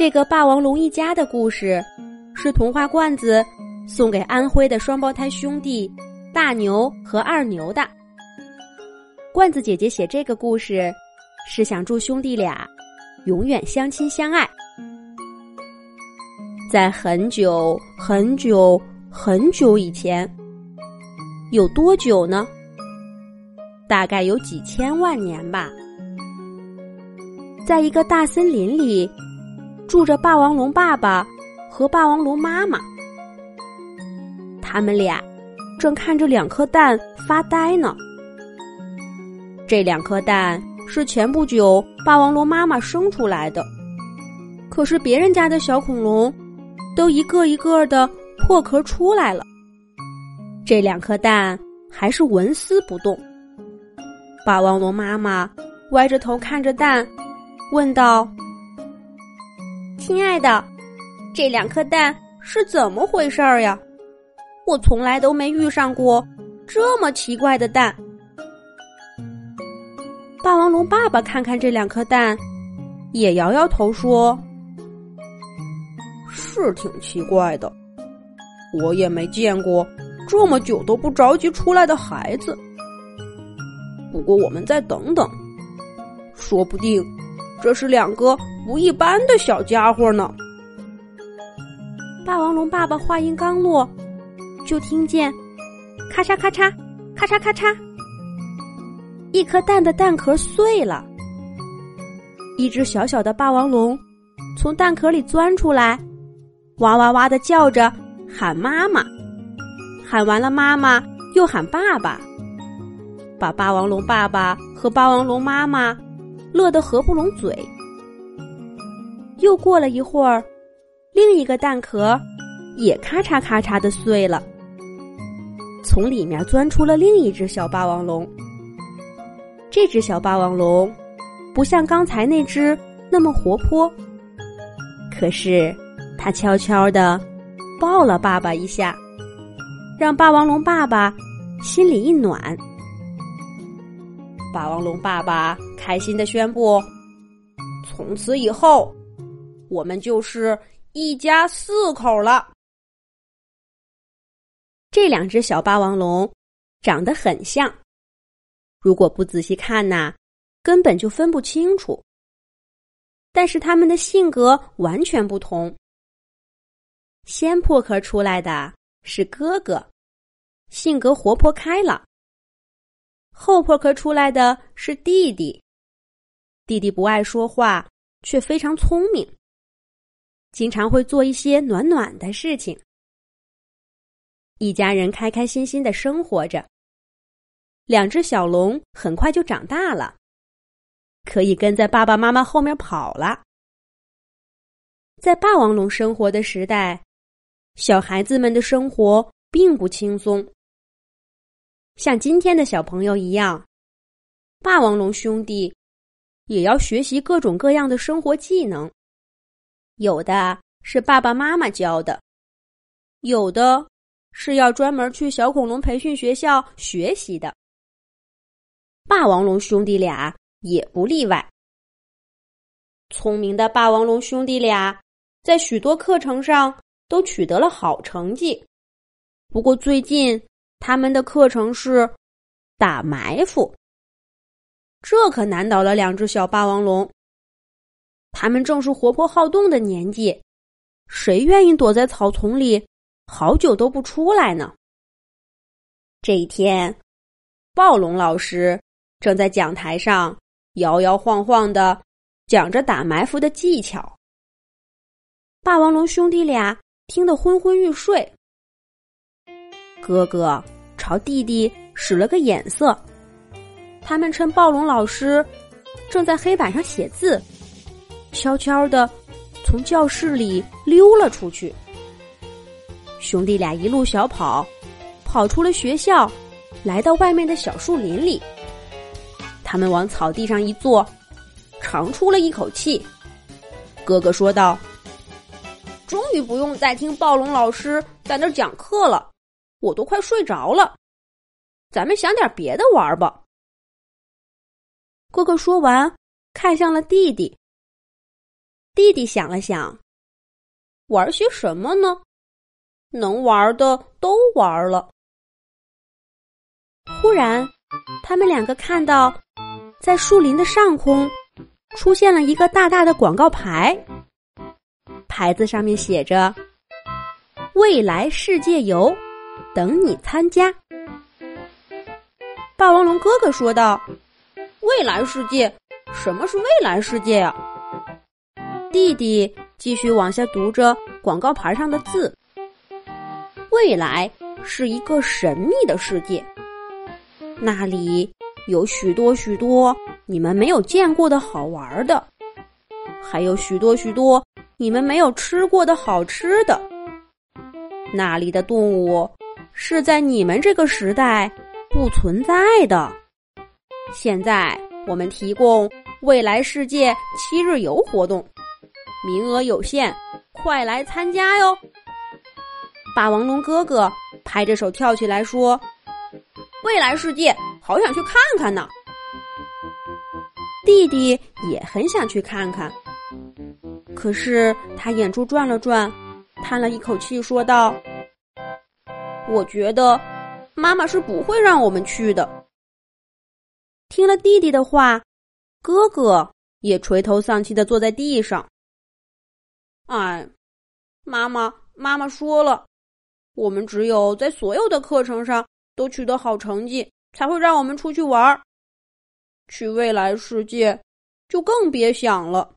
这个霸王龙一家的故事是童话罐子送给安徽的双胞胎兄弟大牛和二牛的。罐子姐姐写这个故事是想祝兄弟俩永远相亲相爱。在很久很久很久以前，有多久呢？大概有几千万年吧。在一个大森林里，住着霸王龙爸爸和霸王龙妈妈。他们俩正看着2颗蛋发呆呢。这2颗蛋是前不久霸王龙妈妈生出来的，可是别人家的小恐龙都一个一个的破壳出来了，这2颗蛋还是纹丝不动。霸王龙妈妈歪着头看着蛋，问道：亲爱的，这2颗蛋是怎么回事呀？我从来都没遇上过这么奇怪的蛋。霸王龙爸爸看看这2颗蛋，也摇摇头说：是挺奇怪的，我也没见过这么久都不着急出来的孩子。不过我们再等等，说不定这是2个不一般的小家伙呢。霸王龙爸爸话音刚落，就听见咔嚓咔嚓咔嚓咔嚓，1颗蛋的蛋壳碎了。一只小小的霸王龙从蛋壳里钻出来，哇哇哇地叫着喊妈妈，喊完了妈妈又喊爸爸，把霸王龙爸爸和霸王龙妈妈乐得合不拢嘴。又过了一会儿，另一个蛋壳也咔嚓咔嚓地碎了，从里面钻出了另一只小霸王龙。这只小霸王龙不像刚才那只那么活泼，可是它悄悄地抱了爸爸一下，让霸王龙爸爸心里一暖。霸王龙爸爸开心地宣布，从此以后我们就是一家4口了。这2只小霸王龙长得很像，如果不仔细看呐，根本就分不清楚。但是他们的性格完全不同。先破壳出来的是哥哥，性格活泼开朗。后破壳出来的是弟弟，弟弟不爱说话，却非常聪明，经常会做一些暖暖的事情。一家人开开心心地生活着。2只小龙很快就长大了，可以跟在爸爸妈妈后面跑了。在霸王龙生活的时代，小孩子们的生活并不轻松。像今天的小朋友一样，霸王龙兄弟也要学习各种各样的生活技能，有的是爸爸妈妈教的，有的是要专门去小恐龙培训学校学习的。霸王龙兄弟俩也不例外。聪明的霸王龙兄弟俩在许多课程上都取得了好成绩，不过最近他们的课程是打埋伏，这可难倒了2只小霸王龙。他们正是活泼好动的年纪，谁愿意躲在草丛里好久都不出来呢？这一天，暴龙老师正在讲台上摇摇晃晃地讲着打埋伏的技巧。霸王龙兄弟俩听得昏昏欲睡。哥哥朝弟弟使了个眼色，他们趁暴龙老师正在黑板上写字，悄悄地从教室里溜了出去。兄弟俩一路小跑，跑出了学校，来到外面的小树林里。他们往草地上一坐，长出了一口气。哥哥说道：终于不用再听暴龙老师在那儿讲课了，我都快睡着了。咱们想点别的玩吧。哥哥说完，看向了弟弟。 弟弟想了想，玩些什么呢？能玩的都玩了。忽然，他们两个看到，在树林的上空出现了一个大大的广告牌，牌子上面写着“未来世界游，等你参加”。霸王龙哥哥说道：“未来世界？什么是未来世界啊？”弟弟继续往下读着广告牌上的字：“未来是一个神秘的世界，那里有许多许多你们没有见过的好玩的，还有许多许多你们没有吃过的好吃的。那里的动物是在你们这个时代不存在的。现在我们提供未来世界7日游活动，名额有限，快来参加哟！”霸王龙哥哥拍着手跳起来说：“未来世界，好想去看看呢！”弟弟也很想去看看，可是他眼珠转了转，叹了一口气说道：“我觉得妈妈是不会让我们去的。”听了弟弟的话，哥哥也垂头丧气地坐在地上。哎，妈妈说了，我们只有在所有的课程上都取得好成绩，才会让我们出去玩。去未来世界就更别想了。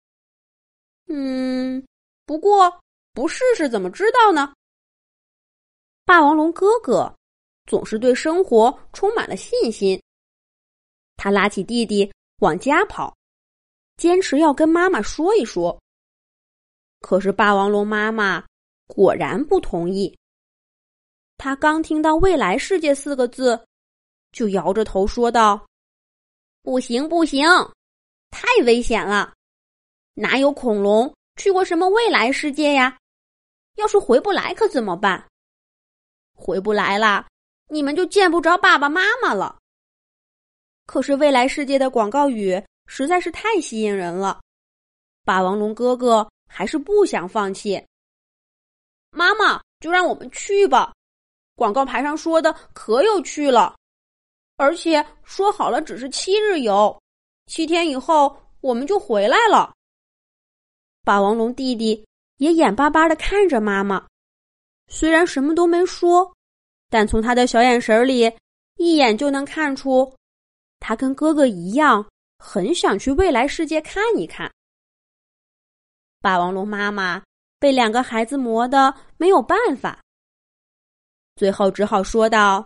不过不试试怎么知道呢？霸王龙哥哥总是对生活充满了信心。他拉起弟弟往家跑，坚持要跟妈妈说一说。可是霸王龙妈妈果然不同意。他刚听到未来世界4个字，就摇着头说道：“不行不行，太危险了，哪有恐龙去过什么未来世界呀？要是回不来可怎么办？回不来了，你们就见不着爸爸妈妈了。”可是未来世界的广告语实在是太吸引人了，霸王龙哥哥还是不想放弃。妈妈，就让我们去吧，广告牌上说的可有趣了，而且说好了只是7日游，7天以后我们就回来了。霸王龙弟弟也眼巴巴地看着妈妈，虽然什么都没说，但从他的小眼神里一眼就能看出，他跟哥哥一样很想去未来世界看一看。霸王龙妈妈被2个孩子磨得没有办法，最后只好说道：“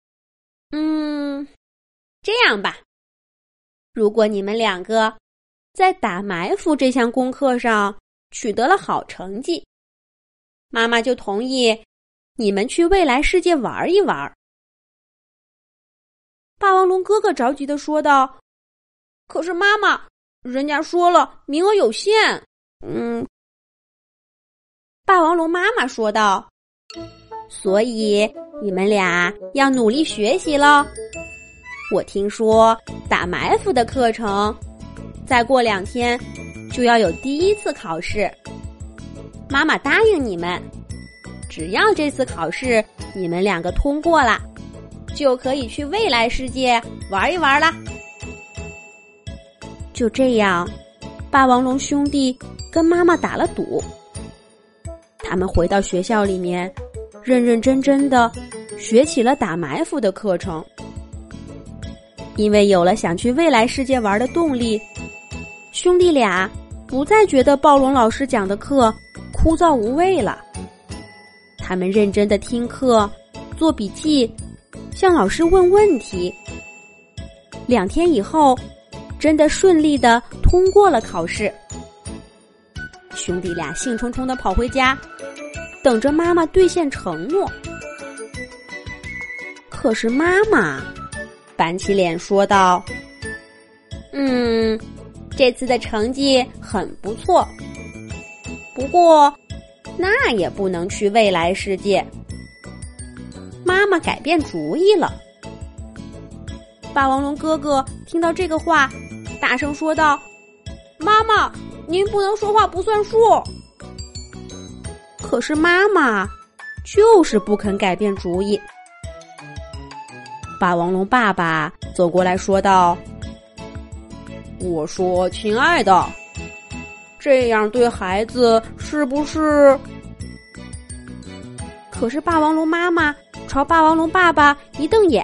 这样吧，如果你们2个在打埋伏这项功课上取得了好成绩，妈妈就同意你们去未来世界玩一玩。”霸王龙哥哥着急地说道：“可是妈妈，人家说了名额有限。”霸王龙妈妈说道：“所以你们俩要努力学习了。我听说打埋伏的课程，再过2天就要有第1次考试。妈妈答应你们，只要这次考试你们2个通过了，就可以去未来世界玩一玩啦。”就这样，霸王龙兄弟跟妈妈打了赌。他们回到学校里面，认认真真的学起了打埋伏的课程。因为有了想去未来世界玩的动力，兄弟俩不再觉得暴龙老师讲的课枯燥无味了。他们认真的听课，做笔记，向老师问问题。2天以后，真的顺利的通过了考试。兄弟俩兴冲冲地跑回家，等着妈妈兑现承诺。可是妈妈板起脸说道：“这次的成绩很不错，不过那也不能去未来世界。”妈妈改变主意了。霸王龙哥哥听到这个话，大声说道：“妈妈， 您不能说话不算数。可是妈妈就是不肯改变主意。霸王龙爸爸走过来说道：我说亲爱的，这样对孩子是不是……可是霸王龙妈妈朝霸王龙爸爸一瞪眼。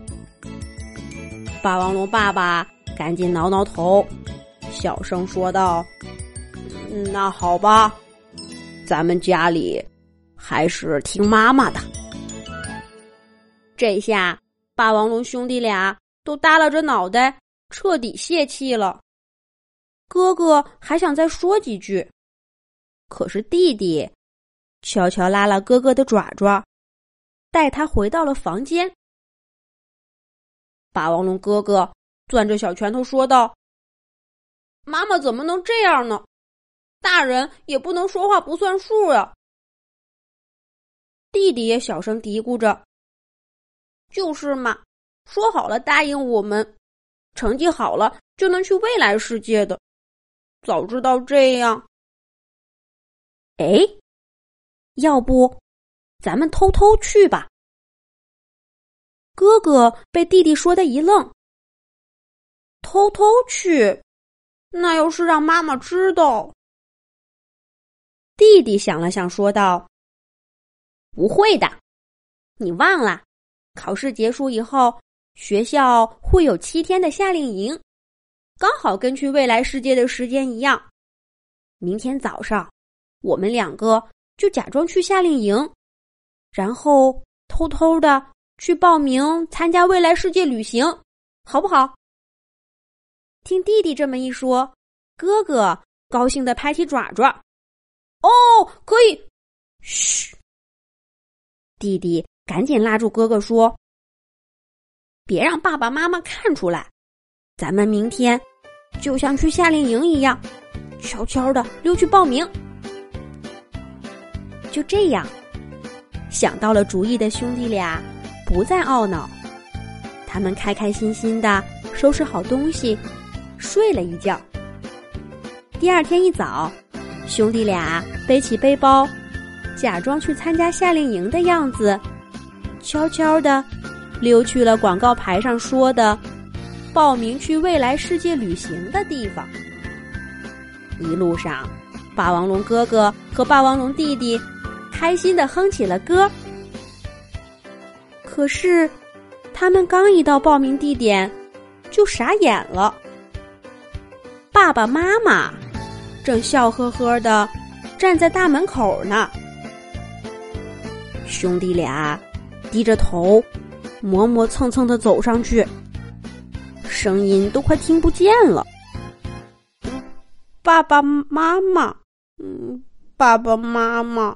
霸王龙爸爸赶紧挠挠头，小声说道：那好吧，咱们家里还是听妈妈的。这下霸王龙兄弟俩都耷拉着脑袋，彻底泄气了。哥哥还想再说几句，可是弟弟悄悄拉了哥哥的爪爪，带他回到了房间。霸王龙哥哥攥着小拳头说道：妈妈怎么能这样呢？大人也不能说话不算数呀。弟弟也小声嘀咕着：就是嘛，说好了答应我们，成绩好了就能去未来世界的，早知道这样。哎，要不咱们偷偷去吧。哥哥被弟弟说的一愣，偷偷去，那要是让妈妈知道……弟弟想了想说道：不会的，你忘了，考试结束以后，学校会有7天的夏令营，刚好跟去未来世界的时间一样。明天早上，我们2个就假装去夏令营，然后偷偷的去报名参加未来世界旅行，好不好？听弟弟这么一说，哥哥高兴地拍起爪爪。哦，可以。嘘！弟弟赶紧拉住哥哥说：别让爸爸妈妈看出来，咱们明天就像去夏令营一样，悄悄地溜去报名。就这样，想到了主意的兄弟俩不再懊恼，他们开开心心地收拾好东西，睡了一觉。第二天一早，兄弟俩背起背包，假装去参加夏令营的样子，悄悄地溜去了广告牌上说的报名去未来世界旅行的地方。一路上，霸王龙哥哥和霸王龙弟弟开心地哼起了歌。可是他们刚一到报名地点就傻眼了，爸爸妈妈正笑呵呵地站在大门口呢。兄弟俩低着头磨磨蹭蹭地走上去，声音都快听不见了。爸爸妈妈，爸爸妈妈。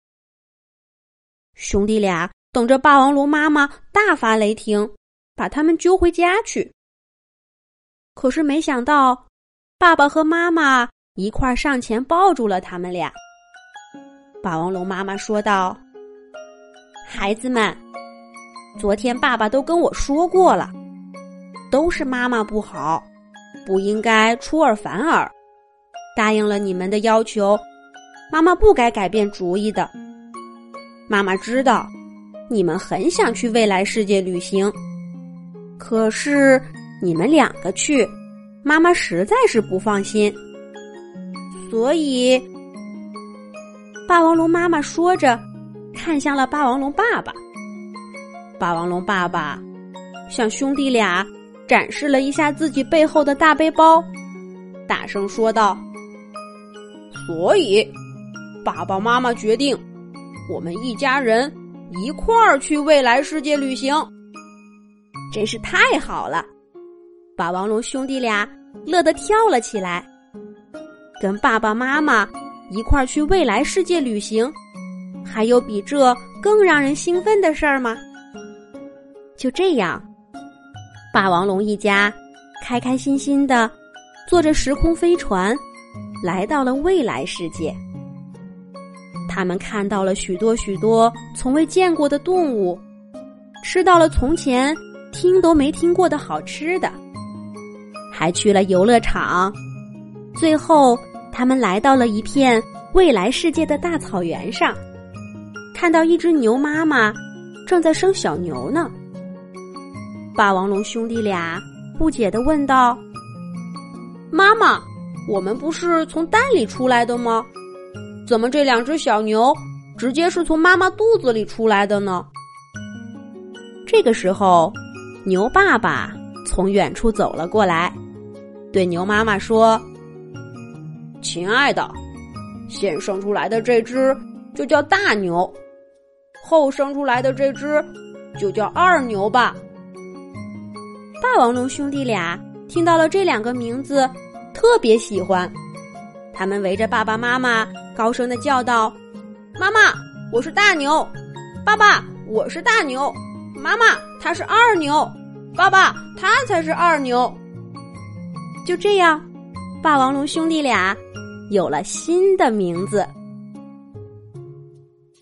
兄弟俩等着霸王龙妈妈大发雷霆，把他们揪回家去。可是没想到，爸爸和妈妈一块上前抱住了他们俩。霸王龙妈妈说道：孩子们，昨天爸爸都跟我说过了，都是妈妈不好，不应该出尔反尔，答应了你们的要求，妈妈不该改变主意的。妈妈知道你们很想去未来世界旅行，可是你们2个去，妈妈实在是不放心。所以，霸王龙妈妈说着，看向了霸王龙爸爸。霸王龙爸爸向兄弟俩展示了一下自己背后的大背包，大声说道：所以，爸爸妈妈决定，我们一家人一块儿去未来世界旅行。真是太好了！霸王龙兄弟俩乐得跳了起来。跟爸爸妈妈一块儿去未来世界旅行，还有比这更让人兴奋的事儿吗？就这样，霸王龙一家开开心心地坐着时空飞船来到了未来世界。他们看到了许多许多从未见过的动物，吃到了从前听都没听过的好吃的，还去了游乐场。最后他们来到了一片未来世界的大草原上，看到一只牛妈妈正在生小牛呢。霸王龙兄弟俩不解地问道：妈妈，我们不是从蛋里出来的吗？怎么这2只小牛直接是从妈妈肚子里出来的呢？这个时候，牛爸爸从远处走了过来，对牛妈妈说：亲爱的，先生出来的这只就叫大牛，后生出来的这只就叫二牛吧。霸王龙兄弟俩听到了这2个名字，特别喜欢，他们围着爸爸妈妈高声地叫道：妈妈，我是大牛；爸爸，我是大牛；妈妈，他是二牛；爸爸，他才是二牛。就这样，霸王龙兄弟俩有了新的名字。